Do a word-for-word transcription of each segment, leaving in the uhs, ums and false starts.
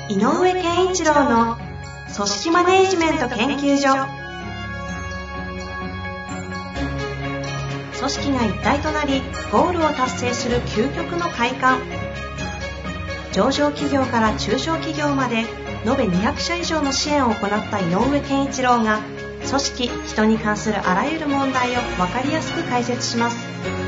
井上健一郎の組織マネジメント研究所。組織が一体となりゴールを達成する究極の快感。上場企業から中小企業まで延べにひゃくしゃ以上の支援を行った井上健一郎が、組織・人に関するあらゆる問題を分かりやすく解説します。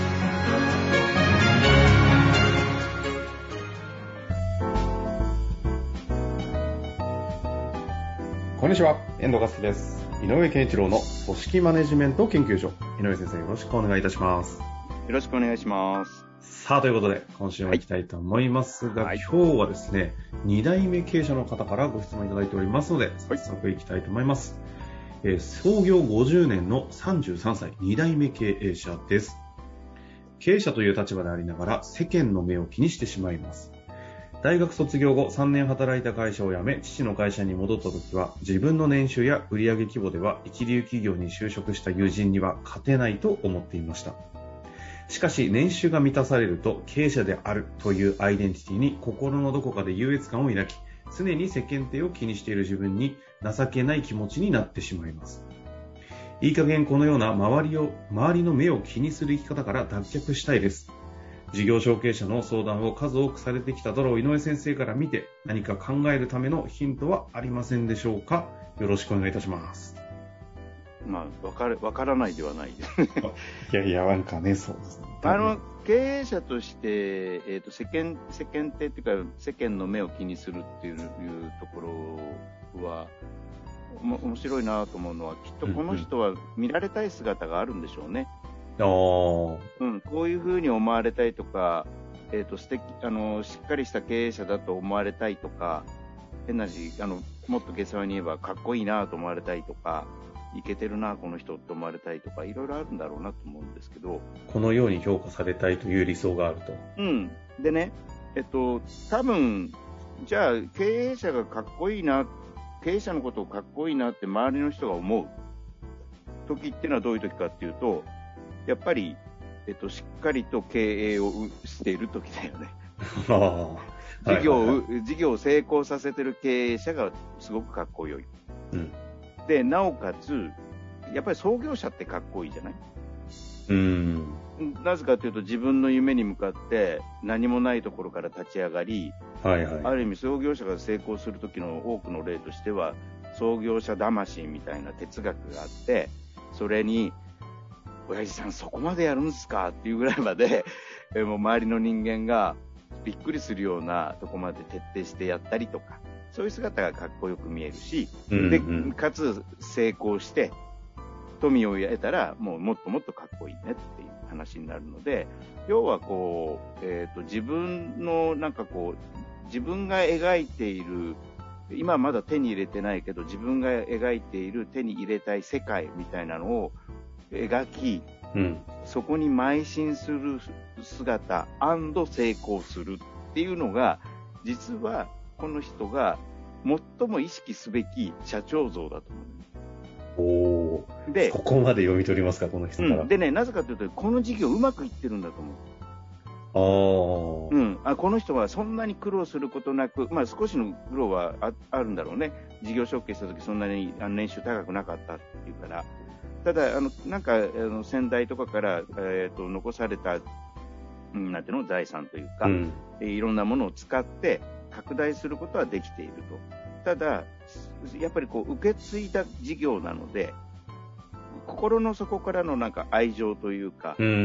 こんにちは、遠藤和樹です。井上健一郎の組織マネジメント研究所。井上先生、よろしくお願いいたします。 よろしくお願いします。 さあ、ということで今週も行きたいと思いますが、はい、今日はですね、に代目経営者の方からご質問いただいておりますので、早速行きたいと思います。はい、えー、創業ごじゅうねんのさんじゅうさんさい、に代目経営者です。経営者という立場でありながら世間の目を気にしてしまいます。大学卒業後さんねん働いた会社を辞め、父の会社に戻った時は、自分の年収や売上規模では一流企業に就職した友人には勝てないと思っていました。しかし年収が満たされると、経営者であるというアイデンティティに心のどこかで優越感を抱き、常に世間体を気にしている自分に情けない気持ちになってしまいます。いい加減このような周りを、周りの目を気にする生き方から脱却したいです。事業承継者の相談を数多くされてきただろう井上先生から見て、何か考えるためのヒントはありませんでしょうか。よろしくお願いいたします。 まあ、わかる、わからないではないですね。 いやいや、なんかね、そうですね。 あの、経営者として、えっと、世間、世間体っていうか、世間の目を気にするっていう、いうところは、お面白いなと思うのは、きっとこの人は見られたい姿があるんでしょうね。 うんうん、こういうふうに思われたいとか、えっと、素敵、あの、しっかりした経営者だと思われたいとか、変なし、あの、もっと下世話に言えば、かっこいいなと思われたいとか、イケてるなこの人って思われたいとか、いろいろあるんだろうなと思うんですけど、 このように評価されたいという理想があると。 うん。でね、えっと、多分、じゃあ、経営者がかっこいいな、経営者のことをかっこいいなって周りの人が思う時っていうのはどういう時かっていうと、やっぱり、えっと、しっかりと経営をしている時だよね。事業を、はいはいはい、事業を成功させてる経営者がすごくかっこよい。うん、で、なおかつ、やっぱり創業者ってかっこいいじゃない？ うん。 なぜかというと、自分の夢に向かって何もないところから立ち上がり、はいはい、ある意味創業者が成功する時の多くの例としては、創業者魂みたいな哲学があって、それに、親父さんそこまでやるんすかっていうぐらいまで、えもう周りの人間がびっくりするようなとこまで徹底してやったりとか、そういう姿がかっこよく見えるし、うんうん、でかつ成功して富を得たらもうもっともっとかっこいいねっていう話になるので、要はこう、えーと、自分のなんかこう自分が描いている、今まだ手に入れてないけど自分が描いている手に入れたい世界みたいなのを描き、うん、そこに邁進する姿&成功するっていうのが、実はこの人が最も意識すべき社長像だと思う。 おー。で、ここまで読み取りますか、この人から。 うん、でね、なぜかというと、この事業うまくいってるんだと思う。あー。うん。あ、この人はそんなに苦労することなく、まあ少しの苦労は あ, あるんだろうね。事業承継した時そんなに年収高くなかったっていうから。ただ、あの、なんか、あの先代とかから、えーと、残された、なんていうの、財産というか、うん、いろんなものを使って拡大することはできていると。ただ、やっぱりこう、受け継いだ事業なので、心の底からのなんか愛情というか、うんうん、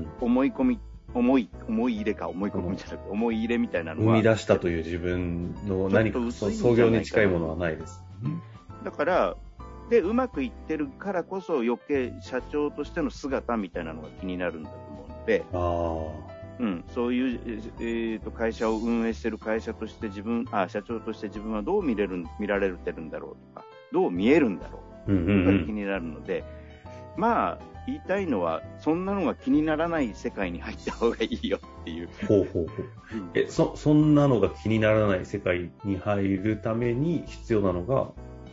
思い込み、思い、思い入れか、思い込みじゃなくて、思い入れみたいなのは。 生み出したという自分の何か創業に近いものはないです。 だから、で、うまくいってるからこそ余計社長としての姿みたいなのが気になるんだと思うので、あ、うん、そういう、えーと、会社を運営している会社として自分、あ、社長として自分はどう見れる、見られてるんだろうとか、どう見えるんだろうという気になるので、まあ、言いたいのは、そんなのが気にならない世界に入った方がいいよっていう。 ほうほうほう。え、そ、そんなのが気にならない世界に入るために必要なのが、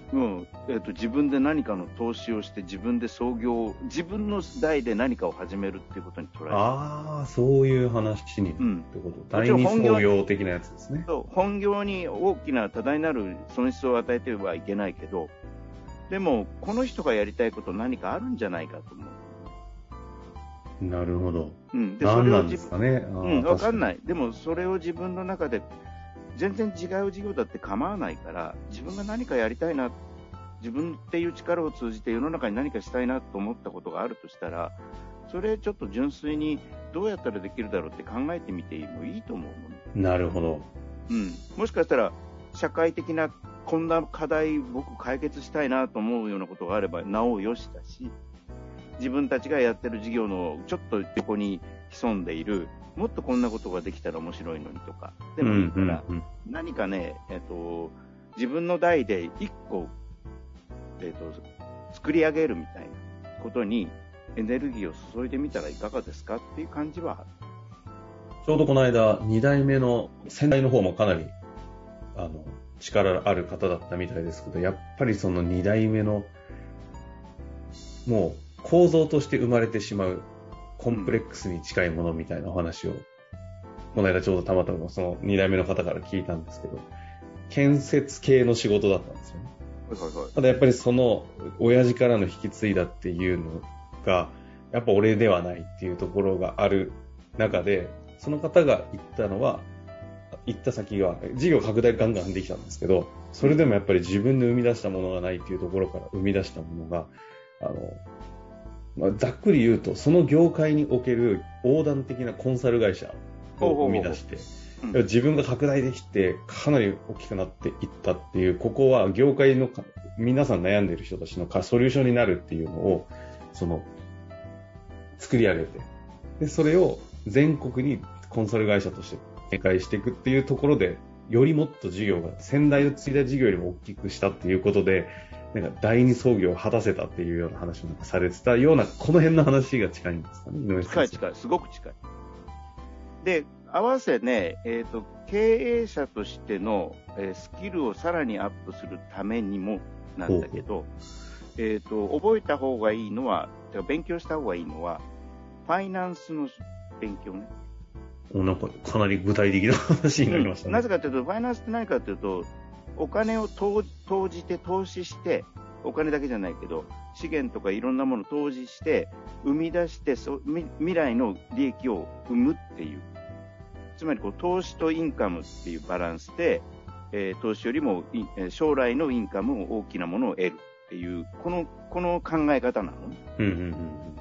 うんえー、と自分で何かの投資をして自分で創業自分の代で何かを始めるっていうことに捉える。 ああ、そういう話になるってこと、うん、第二創業的なやつですね。 そう本業に大きな多大なる損失を与えてはいけないけど、でもこの人がやりたいこと何かあるんじゃないかと思う。 なるほど、 うん、 で何なんですかね。 うん、分かんない。でもそれを自分の中で全然違う事業だって構わないから、自分が何かやりたいな、自分っていう力を通じて世の中に何かしたいなと思ったことがあるとしたら、それちょっと純粋にどうやったらできるだろうって考えてみてもいいと思う。 なるほど、 うん、もしかしたら社会的なこんな課題僕解決したいなと思うようなことがあればなおよしだし、自分たちがやってる事業のちょっと横に潜んでいるもっとこんなことができたら面白いのにとかでもいいから、うんうんうん、何かね、えっと、自分の代で一個、えっと、作り上げるみたいなことにエネルギーを注いでみたらいかがですかっていう感じはある。 ちょうどこの間に代目の先代の方もかなりあの力ある方だったみたいですけど、やっぱりそのに代目のもう構造として生まれてしまうコンプレックスに近いものみたいなお話を、この間ちょうどたまたまそのに代目の方から聞いたんですけど、建設系の仕事だったんですよね。ただやっぱりその親父からの引き継いだっていうのがやっぱ俺ではないっていうところがある中で、その方が言ったのは、行った先は事業拡大ガンガンできたんですけど、それでもやっぱり自分で生み出したものがないっていうところから生み出したものが、あのまあ、ざっくり言うとその業界における横断的なコンサル会社を生み出して、うん、自分が拡大できてかなり大きくなっていったっていう、ここは業界の皆さん悩んでいる人たちのソリューションになるっていうのをその作り上げて、でそれを全国にコンサル会社として展開していくっていうところで、よりもっと事業が先代を継いだ事業よりも大きくしたっていうことで、なんか第二創業を果たせたっていうような話をなんかされてたような、この辺の話が近いんですかね、井上先生。 近い近い、すごく近い。で、合わせね、えっと、経営者としての、えー、スキルをさらにアップするためにもなんだけど、えっと、覚えた方がいいのは、勉強した方がいいのは、ファイナンスの勉強ね。 なんかかなり具体的な話になりましたね。 うん、なぜかというと、ファイナンスって何かというと、お金を投じて投資して、お金だけじゃないけど資源とかいろんなものを投資して生み出して、そ未来の利益を生むっていう、つまりこう投資とインカムっていうバランスで、えー、投資よりも将来のインカムを大きなものを得るっていう、このこの考え方なの、うんうんうん、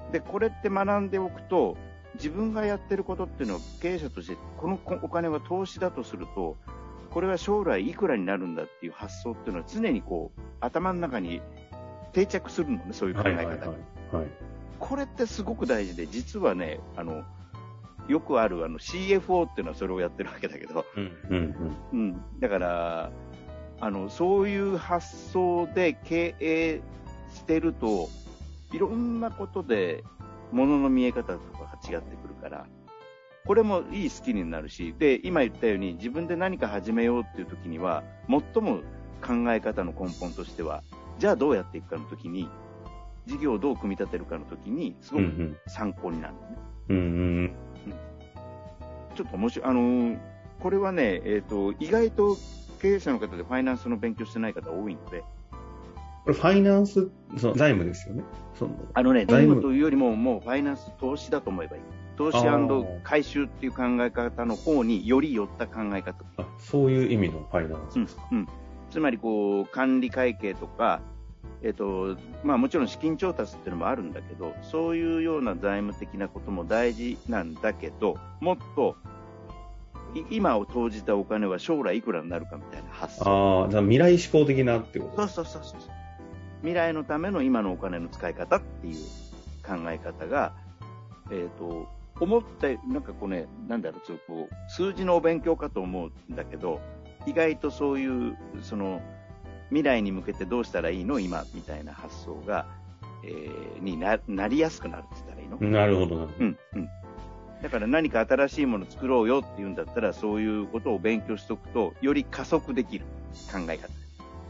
でこれって学んでおくと、自分がやってることっていうのは経営者としてこのお金は投資だとすると、これは将来いくらになるんだっていう発想っていうのは常にこう頭の中に定着するのね、そういう考え方が、はいはいはいはい、これってすごく大事で、実はね、あのよくあるあの シーエフオー っていうのはそれをやってるわけだけど、うんうんうんうん、だからあのそういう発想で経営してるといろんなことで物の見え方とかが違ってくるから、これもいいスキルになるし、で今言ったように自分で何か始めようっていう時には最も考え方の根本としては、じゃあどうやっていくかの時に、事業をどう組み立てるかの時にすごく参考になるのね、うんうんうん、ちょっと面白い、あのー、これはね、えーと、意外と経営者の方でファイナンスの勉強してない方多いので、 これファイナンス、その財務ですよね。そのあのね、財務というよりももうファイナンス、投資だと思えばいい。投資&回収っていう考え方の方により寄った考え方。 あ、そういう意味のファイナンスですか。 うんうん、つまりこう管理会計とか、えっとまあ、もちろん資金調達っていうのもあるんだけど、そういうような財務的なことも大事なんだけど、もっと今を投じたお金は将来いくらになるかみたいな発想。 ああ、じゃあ未来志向的なってことですか。 そうそうそうそう。未来のための今のお金の使い方っていう考え方が、えっと思ったなんかこうね、なんだろう、こう数字のお勉強かと思うんだけど、意外とそういうその未来に向けてどうしたらいいの今みたいな発想が、えー、に な, なりやすくなるって言ったらいいの。 なるほどなるほど。 うんうん。だから何か新しいものを作ろうよっていうんだったら、そういうことを勉強しておくとより加速できる考え方。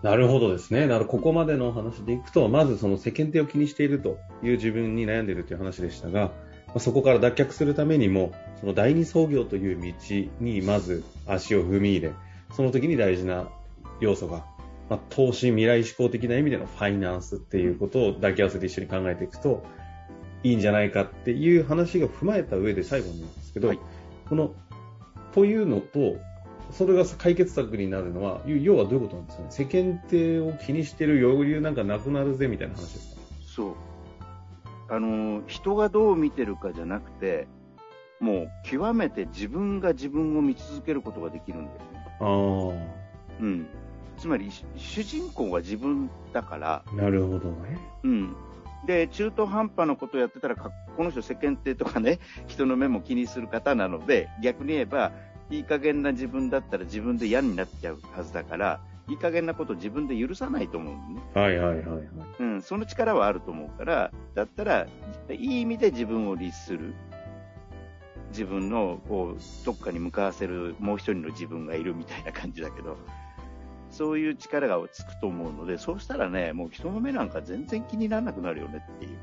なるほどですね。なるここまでのお話でいくと、まずその世間体を気にしているという自分に悩んでいるという話でしたが、まあ、そこから脱却するためにも、その第二創業という道にまず足を踏み入れ、その時に大事な要素が、まあ、投資未来志向的な意味でのファイナンスっていうことを抱き合わせて一緒に考えていくといいんじゃないかっていう話が踏まえた上で最後になんですけど、はい、このというのとそれが解決策になるのは要はどういうことなんですかね。世間体を気にしてる余裕なんかなくなるぜみたいな話ですか。 そう、あの人がどう見てるかじゃなくて、もう極めて自分が自分を見続けることができるんだよね。 ああ、 うん、つまり主人公は自分だから。 なるほどね。 うん。で、中途半端なことをやってたら、この人世間体とかね、人の目も気にする方なので、逆に言えばいい加減な自分だったら自分で嫌になっちゃうはずだから、いい加減なことを自分で許さないと思うのね。 はいはいはいはい。 うん、その力はあると思うから、だったらいい意味で自分を律する。自分のこうどっかに向かわせるもう一人の自分がいるみたいな感じだけど、そういう力がつくと思うので、そうしたらね、もう人の目なんか全然気にならなくなるよねっていう。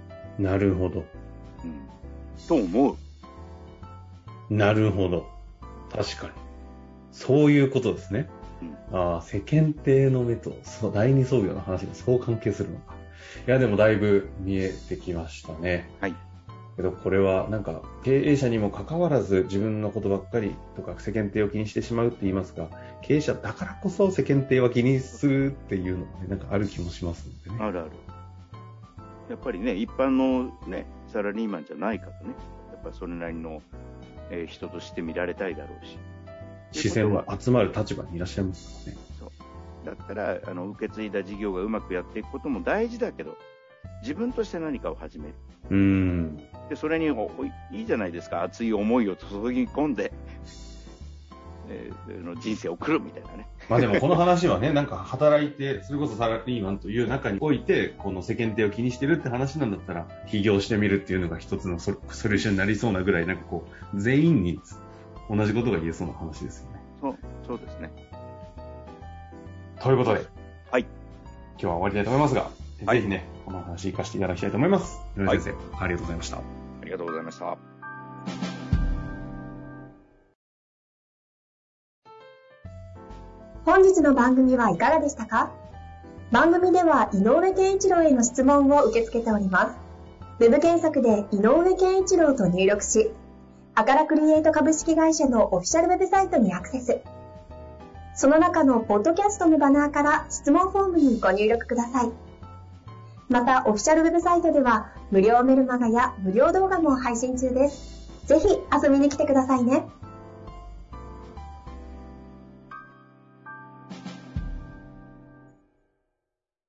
なるほど。 うん。と思う。 なるほど。確かに。そういうことですね。うん、ああ、世間体の目とその第二創業の話がそう関係するのか。いや、でもだいぶ見えてきましたね。 はい。 けどこれはなんか経営者にもかかわらず自分のことばっかりとか世間体を気にしてしまうって言いますが、経営者だからこそ世間体は気にするっていうのが、ね、なんかある気もしますのでね。 あるある。やっぱりね、一般のねサラリーマンじゃないからね、やっぱりそれなりの、えー、人として見られたいだろうし、 視線は集まる立場にいらっしゃいますからね。 そうだったらあの受け継いだ事業がうまくやっていくことも大事だけど、自分として何かを始める。 うーん。 で、それにいいじゃないですか、熱い思いを注ぎ込んで、えー、の人生を送るみたいなね。 まあでもこの話はね、なんか働いて、それこそサラリーマンという中において、この世間体を気にしてるって話なんだったら、起業してみるっていうのが一つのソリューションになりそうなぐらい、なんかこう、全員に同じことが言えそうな話ですよね。 そう、そうですね。 ということで、 はい。 今日は終わりたいと思いますが、はい、ぜひね、この話活かしていただきたいと思います。井上先生、はい、ありがとうございました。ありがとうございました。 本日の番組はいかがでしたか？番組では井上健一郎への質問を受け付けております。ウェブ検索で井上健一郎と入力し、アカラクリエイト株式会社のオフィシャルウェブサイトにアクセス。その中のポッドキャストのバナーから質問フォームにご入力ください。また、オフィシャルウェブサイトでは、無料メルマガや無料動画も配信中です。ぜひ遊びに来てくださいね。